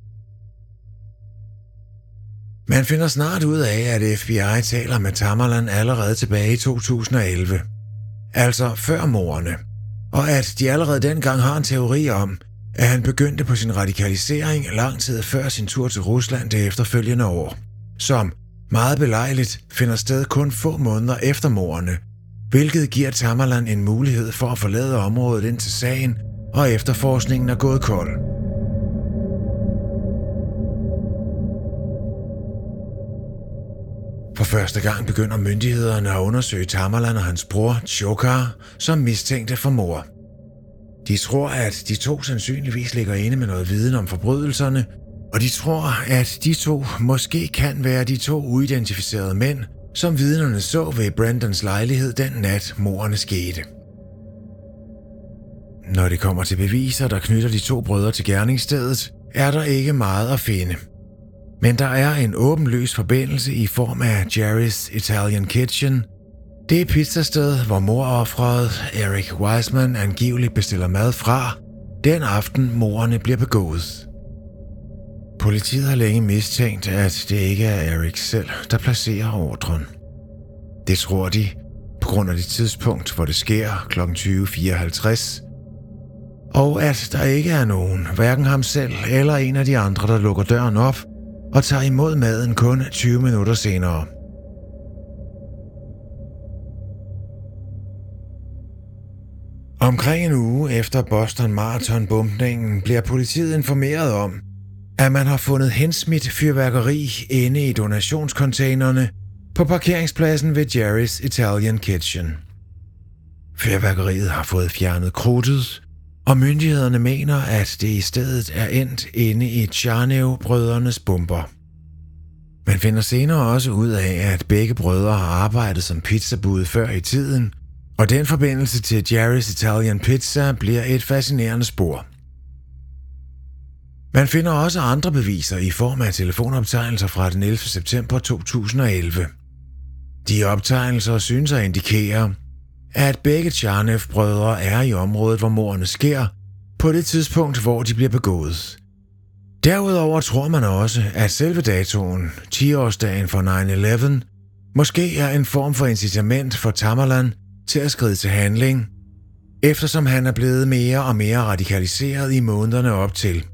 Speaker 1: Man finder snart ud af, at F B I taler med Tamerlan allerede tilbage i to tusind og elleve, altså før mordene, og at de allerede dengang har en teori om, at han begyndte på sin radikalisering lang tid før sin tur til Rusland det efterfølgende år, som meget belejligt finder sted kun få måneder efter mordene, hvilket giver Tamerlan en mulighed for at forlade området indtil sagen og efterforskningen er gået kold. For første gang begynder myndighederne at undersøge Tamerlan og hans bror Dzhokhar som mistænkte for mord. De tror, at de to sandsynligvis ligger inde med noget viden om forbrydelserne, og de tror, at de to måske kan være de to uidentificerede mænd, som vidnerne så ved Brendans lejlighed den nat mordene skete. Når det kommer til beviser, der knytter de to brødre til gerningsstedet, er der ikke meget at finde. Men der er en åbenlys forbindelse i form af Jerry's Italian Kitchen. Det er pizzasted, hvor morofferet Eric Wiseman angiveligt bestiller mad fra, den aften mordene bliver begået. Politiet har længe mistænkt, at det ikke er Eric selv, der placerer ordren. Det tror de, på grund af det tidspunkt, hvor det sker klokken tyve fireoghalvtreds, og at der ikke er nogen, hverken ham selv eller en af de andre, der lukker døren op og tager imod maden kun tyve minutter senere. Omkring en uge efter Boston Marathon-bombningen bliver politiet informeret om, at man har fundet hensmidt fyrværkeri inde i donationscontainerne på parkeringspladsen ved Jerry's Italian Kitchen. Fyrværkeriet har fået fjernet krudtet, og myndighederne mener, at det i stedet er endt inde i Charnev-brødrenes bomber. Man finder senere også ud af, at begge brødre har arbejdet som pizzabud før i tiden, og den forbindelse til Jerry's Italian Pizza bliver et fascinerende spor. Man finder også andre beviser i form af telefonoptegnelser fra den ellevte september to tusind og elleve. De optegnelser synes at indikere, at begge Charnev-brødre er i området, hvor mordene sker, på det tidspunkt, hvor de bliver begået. Derudover tror man også, at selve datoen, ti-årsdagen for nine eleven, måske er en form for incitament for Tamerlan til at skride til handling, eftersom han er blevet mere og mere radikaliseret i månederne op til.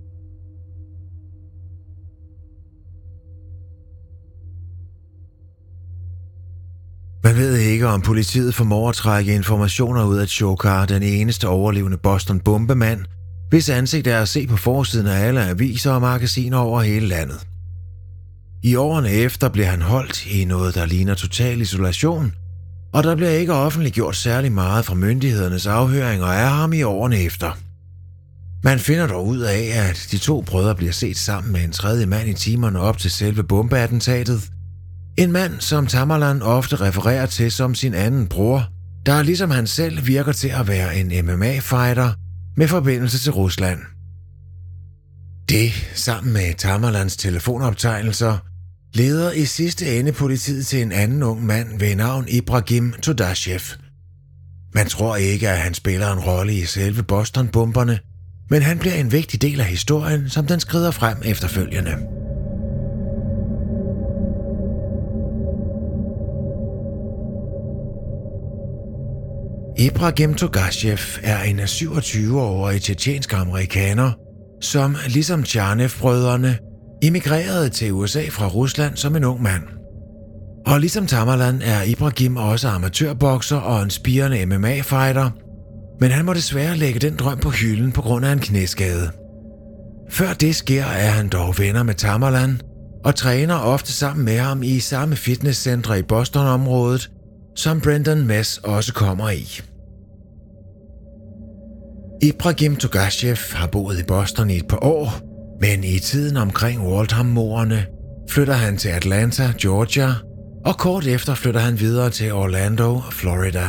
Speaker 1: Man ved ikke, om politiet formår at trække informationer ud af Dzhokhar, den eneste overlevende Boston-bombemand, hvis ansigt er at se på forsiden af alle aviser og magasiner over hele landet. I årene efter bliver han holdt i noget, der ligner total isolation, og der bliver ikke offentliggjort særlig meget fra myndighedernes afhøringer af ham i årene efter. Man finder dog ud af, at de to brødre bliver set sammen med en tredje mand i timerne op til selve bombeattentatet. En mand, som Tamerlan ofte refererer til som sin anden bror, der ligesom han selv virker til at være en M M A-fighter med forbindelse til Rusland. Det, sammen med Tamerlans telefonoptegnelser, leder i sidste ende politiet til en anden ung mand ved navn Ibragim Todashev. Man tror ikke, at han spiller en rolle i selve Boston-bomberne, men han bliver en vigtig del af historien, som den skrider frem efterfølgende. Ibragim Todashev er en syvogtyve-årig tjetjensk amerikaner, som ligesom Tsarnaev-brødrene emigrerede til U S A fra Rusland som en ung mand. Og ligesom Tamerlan er Ibragim også amatørbokser og en spirende M M A-fighter, men han må desværre lægge den drøm på hylden på grund af en knæskade. Før det sker, er han dog venner med Tamerlan og træner ofte sammen med ham i samme fitnesscentre i Boston-området, som Brendan Mess også kommer i. Ibragim Togashev har boet i Boston i et par år, men i tiden omkring Waltham-mordene flytter han til Atlanta, Georgia, og kort efter flytter han videre til Orlando, Florida.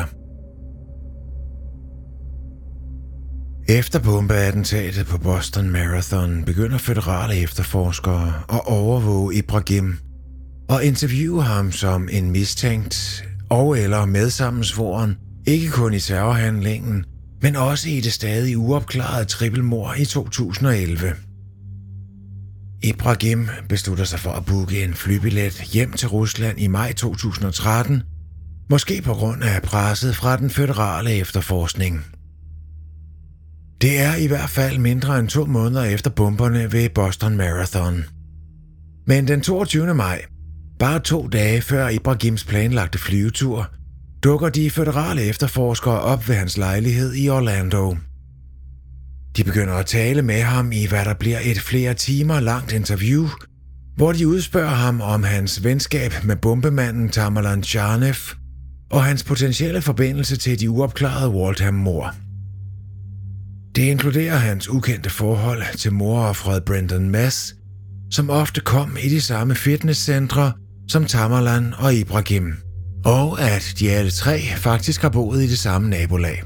Speaker 1: Efter bombeattentatet på Boston Marathon begynder føderale efterforskere at overvåge Ibragim og interviewe ham som en mistænkt og eller medsammensvoren, ikke kun i terrorhandlingen, men også i det stadig uopklarede trippelmord i to tusind og elleve. Ibragim beslutter sig for at booke en flybillet hjem til Rusland i maj to tusind og tretten, måske på grund af presset fra den føderale efterforskning. Det er i hvert fald mindre end to måneder efter bomberne ved Boston Marathon. Men den toogtyvende maj, bare to dage før Ibragims planlagte flyvetur, dukker de føderale efterforskere op ved hans lejlighed i Orlando. De begynder at tale med ham i hvad der bliver et flere timer langt interview, hvor de udspørger ham om hans venskab med bombemanden Tamerlan Tsarnaev og hans potentielle forbindelse til de uopklarede Waltham-mord. Det inkluderer hans ukendte forhold til morofferet Brendan Mess, som ofte kom i de samme fitnesscentre som Tamerlan og Ibragim, og at de alle tre faktisk har boet i det samme nabolag.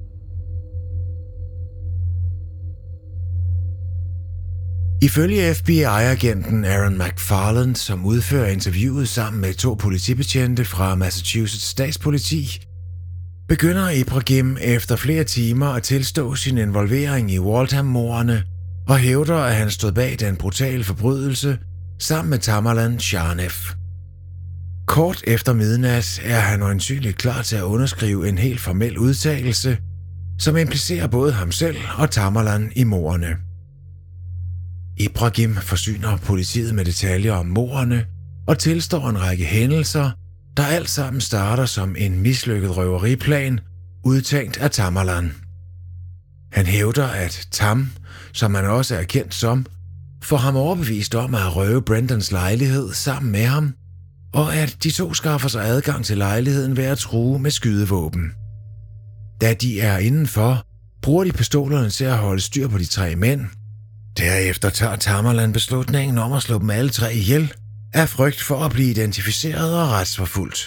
Speaker 1: Ifølge F B I-agenten Aaron McFarland, som udfører interviewet sammen med to politibetjente fra Massachusetts statspoliti, begynder Ibragim efter flere timer at tilstå sin involvering i Waltham-mordene og hævder, at han stod bag den brutale forbrydelse sammen med Tamerlan Tsarnaev. Kort efter midnat er han øjensynligt klar til at underskrive en helt formel udtalelse, som implicerer både ham selv og Tamerlan i mordene. Ibragim forsyner politiet med detaljer om mordene og tilstår en række hændelser, der alt sammen starter som en mislykket røveriplan, udtænkt af Tamerlan. Han hævder, at Tam, som han også er kendt som, får ham overbevist om at røve Brendans lejlighed sammen med ham, og at de to skaffer sig adgang til lejligheden ved at true med skydevåben. Da de er indenfor, bruger de pistolerne til at holde styr på de tre mænd. Derefter tager Tamerlan beslutningen om at slå dem alle tre ihjel, af frygt for at blive identificeret og retsforfulgt.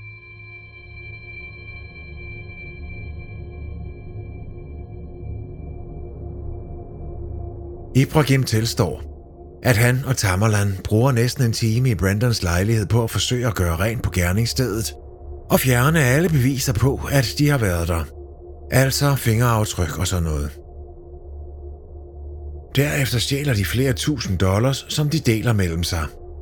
Speaker 1: Ibragim tilstår, at han og Tamerlan bruger næsten en time i Brendans lejlighed på at forsøge at gøre rent på gerningsstedet og fjerne alle beviser på, at de har været der. Altså fingeraftryk og sådan noget. Derefter stjæler de flere tusind dollars, som de deler mellem sig.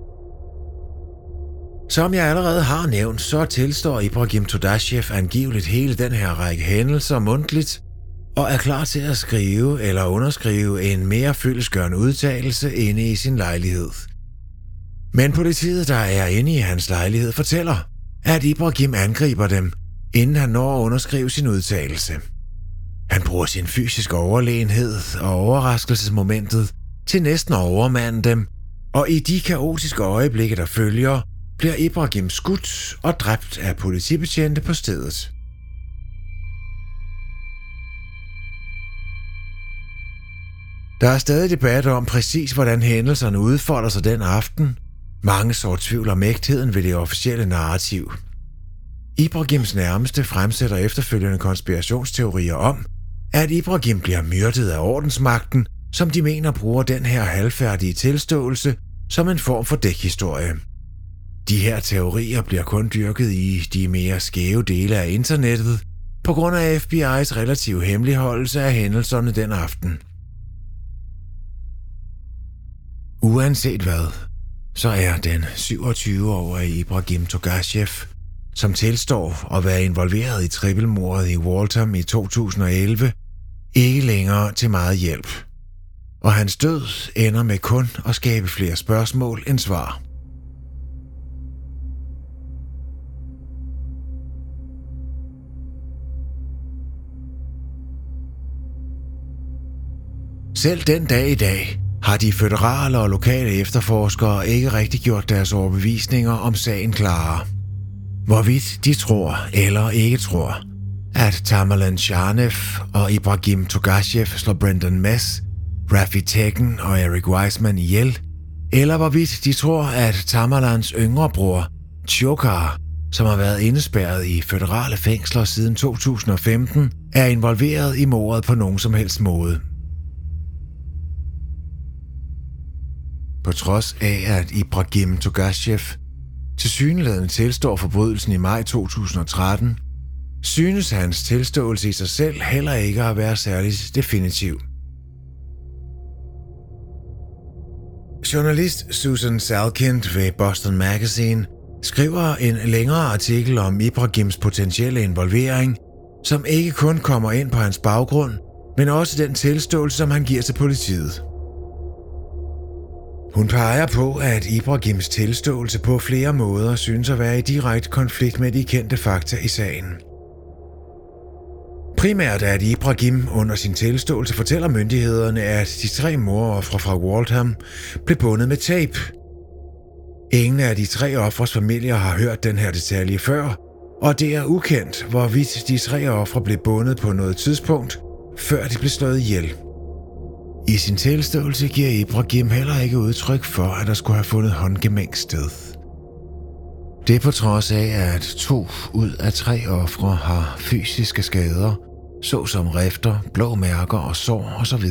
Speaker 1: Som jeg allerede har nævnt, så tilstår Ibragim Togashev angiveligt hele den her række hændelser mundtligt, og er klar til at skrive eller underskrive en mere fyldestgørende udtalelse inde i sin lejlighed. Men politiet, der er inde i hans lejlighed, fortæller, at Ibragim angriber dem, inden han når at underskrive sin udtalelse. Han bruger sin fysiske overlegenhed og overraskelsesmomentet til næsten at overmande dem, og i de kaotiske øjeblikke, der følger, bliver Ibragim skudt og dræbt af politibetjente på stedet. Der er stadig debat om præcis, hvordan hændelserne udfolder sig den aften. Mange sår tvivl om ægtheden ved det officielle narrativ. Ibragims nærmeste fremsætter efterfølgende konspirationsteorier om, at Ibragim bliver myrdet af ordensmagten, som de mener bruger den her halvfærdige tilståelse som en form for dækhistorie. De her teorier bliver kun dyrket i de mere skæve dele af internettet, på grund af F B I's relative hemmeligholdelse af hændelserne den aften. Uanset hvad, så er den syvogtyve-årige Ibragim Togashev, som tilstår at være involveret i trippelmordet i Waltham i to tusind og elleve, ikke længere til meget hjælp. og hans død ender med kun at skabe flere spørgsmål end svar. Selv den dag i dag har de føderale og lokale efterforskere ikke rigtig gjort deres overbevisninger om sagen klare. Hvorvidt de tror eller ikke tror, at Tamerlan Tsarnaev og Ibragim Togashev slår Brendan Mess, Raffi Tekken og Eric Wiseman ihjel, eller hvorvidt de tror, at Tamerlans yngre bror, Dzhokhar, som har været indespærret i føderale fængsler siden to tusind og femten, er involveret i mordet på nogen som helst måde. På trods af, at Ibragim Togashev tilsyneladende tilstår forbrydelsen i maj to tusind og tretten, synes hans tilståelse i sig selv heller ikke at være særlig definitiv. Journalist Susan Salkind ved Boston Magazine skriver en længere artikel om Ibragims potentielle involvering, som ikke kun kommer ind på hans baggrund, men også den tilståelse, som han giver til politiet. Hun peger på, at Ibragims tilståelse på flere måder synes at være i direkte konflikt med de kendte fakta i sagen. Primært at Ibragim under sin tilståelse fortæller myndighederne, at de tre mordofre fra Waltham blev bundet med tape. Ingen af de tre ofres familier har hørt den her detalje før, og det er ukendt, hvorvidt de tre ofre blev bundet på noget tidspunkt, før de blev slået ihjel. I sin tilståelse giver Ibragim heller ikke udtryk for, at der skulle have fundet håndgemæng sted. Det er på trods af, at to ud af tre ofre har fysiske skader, såsom rifter, blå mærker og sår osv.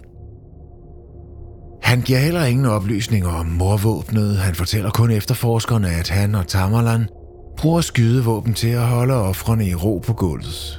Speaker 1: Han giver heller ingen oplysninger om mordvåbnet. Han fortæller kun efterforskerne, at han og Tamerlan bruger skydevåben til at holde ofrene i ro på gulvet.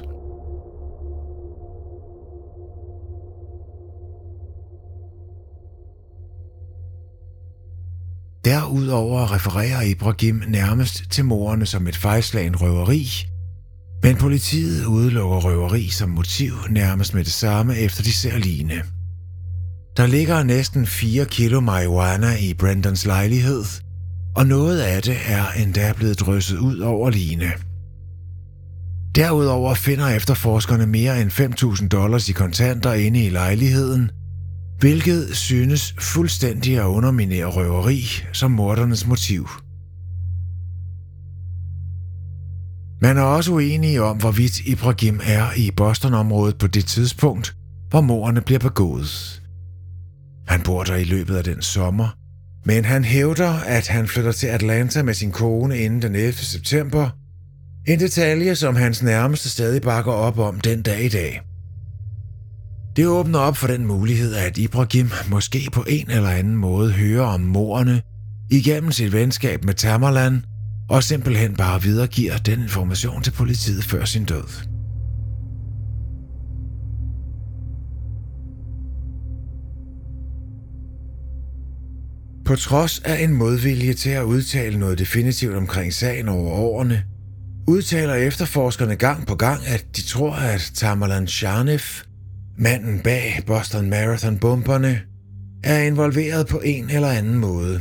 Speaker 1: Derudover refererer Ibragim nærmest til mordene som et fejlslagen røveri, men politiet udelukker røveri som motiv nærmest med det samme, efter de ser Line. Der ligger næsten fire kilo marihuana i Brendans lejlighed, og noget af det er endda blevet drysset ud over Line. Derudover finder efterforskerne mere end fem tusind dollars i kontanter inde i lejligheden, hvilket synes fuldstændig at underminere røveri som mordernes motiv. Man er også uenige om, hvorvidt Ibragim er i Boston-området på det tidspunkt, hvor morderne bliver begået. Han bor der i løbet af den sommer, men han hævder, at han flytter til Atlanta med sin kone inden den ellevte september, en detalje, som hans nærmeste stadig bakker op om den dag i dag. Det åbner op for den mulighed, at Ibragim måske på en eller anden måde hører om mordene igennem sit venskab med Tamerlan og simpelthen bare videregiver den information til politiet før sin død. På trods af en modvilje til at udtale noget definitivt omkring sagen over årene, udtaler efterforskerne gang på gang, at de tror, at Tamerlan Tsarnaev, manden bag Boston Marathon-bomberne, er involveret på en eller anden måde.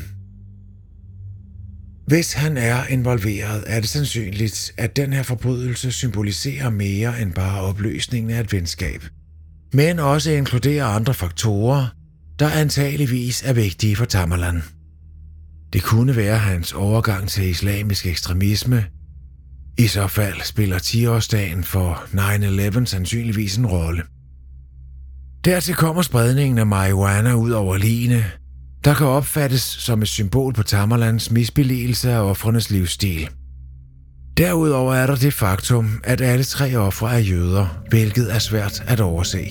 Speaker 1: Hvis han er involveret, er det sandsynligt, at den her forbrydelse symboliserer mere end bare opløsningen af et venskab, men også inkluderer andre faktorer, der antageligvis er vigtige for Tamerlan. Det kunne være hans overgang til islamisk ekstremisme. I så fald spiller ti-årsdagen for nine eleven sandsynligvis en rolle. Dertil kommer spredningen af marihuana ud over Line, der kan opfattes som et symbol på Tamerlans misbilligelse af ofrenes livsstil. Derudover er der det faktum, at alle tre ofre er jøder, hvilket er svært at overse.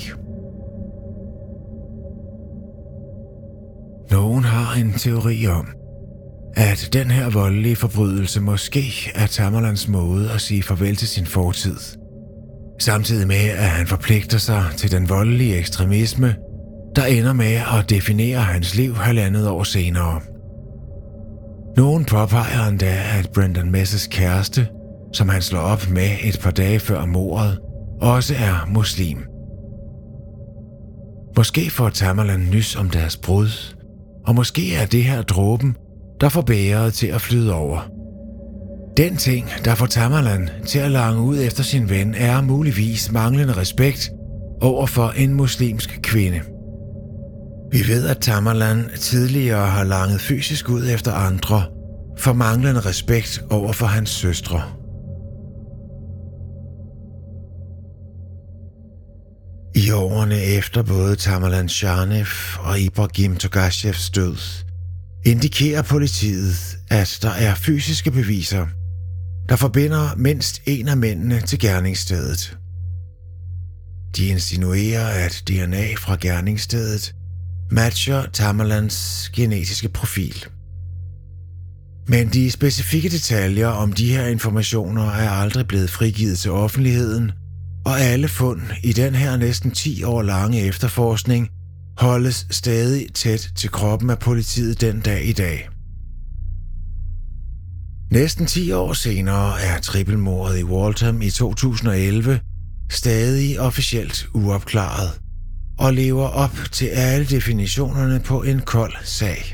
Speaker 1: Nogen har en teori om, at den her voldelige forbrydelse måske er Tamerlans måde at sige farvel til sin fortid, samtidig med at han forpligter sig til den voldelige ekstremisme, der ender med at definere hans liv halvandet år senere. Nogen påpeger endda, at Brendan Mess' kæreste, som han slår op med et par dage før mordet, også er muslim. Måske får Tamerlan nys om deres brud, og måske er det her dråben, der får bægeret til at flyde over. Den ting, der får Tamerlan til at lange ud efter sin ven, er muligvis manglende respekt over for en muslimsk kvinde. Vi ved, at Tamerlan tidligere har langet fysisk ud efter andre for manglende respekt over for hans søstre. I årene efter både Tamerlan Tsarnaev og Ibragim Togashevs død indikerer politiet, at der er fysiske beviser, der forbinder mindst en af mændene til gerningsstedet. De insinuerer, at D N A fra gerningsstedet matcher Tamerlans genetiske profil. Men de specifikke detaljer om de her informationer er aldrig blevet frigivet til offentligheden, og alle fund i den her næsten ti år lange efterforskning holdes stadig tæt til kroppen af politiet den dag i dag. Næsten ti år senere er trippelmordet i Waltham i to tusind og elleve stadig officielt uopklaret og lever op til alle definitionerne på en kold sag.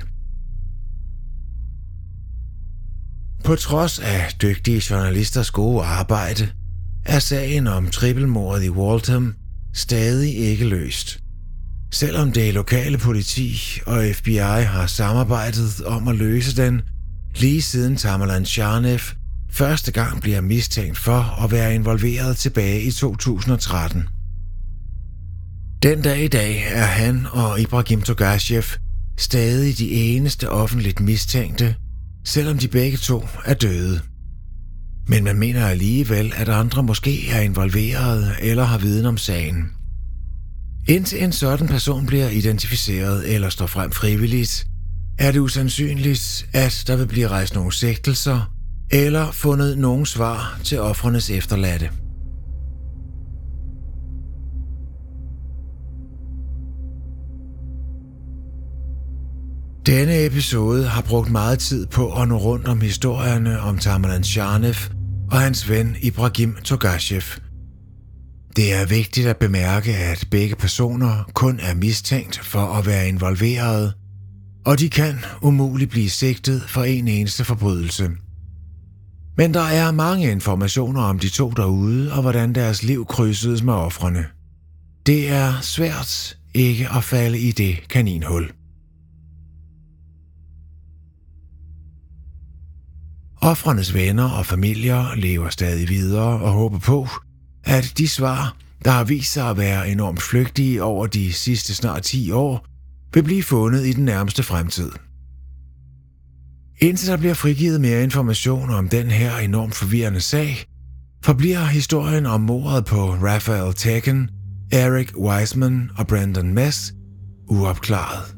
Speaker 1: På trods af dygtige journalisters gode arbejde, er sagen om trippelmordet i Waltham stadig ikke løst. Selvom det lokale politi og F B I har samarbejdet om at løse den, lige siden Tamerlan Tsarnaev første gang bliver mistænkt for at være involveret tilbage i to tusind og tretten. Den dag i dag er han og Ibragim Togashev stadig de eneste offentligt mistænkte, selvom de begge to er døde. Men man mener alligevel, at andre måske er involveret eller har viden om sagen. Indtil en sådan person bliver identificeret eller står frem frivilligt, er det usandsynligt, at der vil blive rejst nogle sigtelser eller fundet nogle svar til ofrenes efterladte. Denne episode har brugt meget tid på at nå rundt om historierne om Tamerlan Tsarnaev og hans ven Ibragim Togashev. Det er vigtigt at bemærke, at begge personer kun er mistænkt for at være involveret, og de kan umuligt blive sigtet for en eneste forbrydelse. Men der er mange informationer om de to derude og hvordan deres liv krydsedes med ofrene. Det er svært ikke at falde i det kaninhul. Ofrenes venner og familier lever stadig videre og håber på, at de svar, der har vist sig at være enormt flygtige over de sidste snart ti år, vil blive fundet i den nærmeste fremtid. Indtil der bliver frigivet mere information om den her enormt forvirrende sag, forbliver historien om mordet på Raphael Teken, Eric Wiseman og Brendan Mess uopklaret.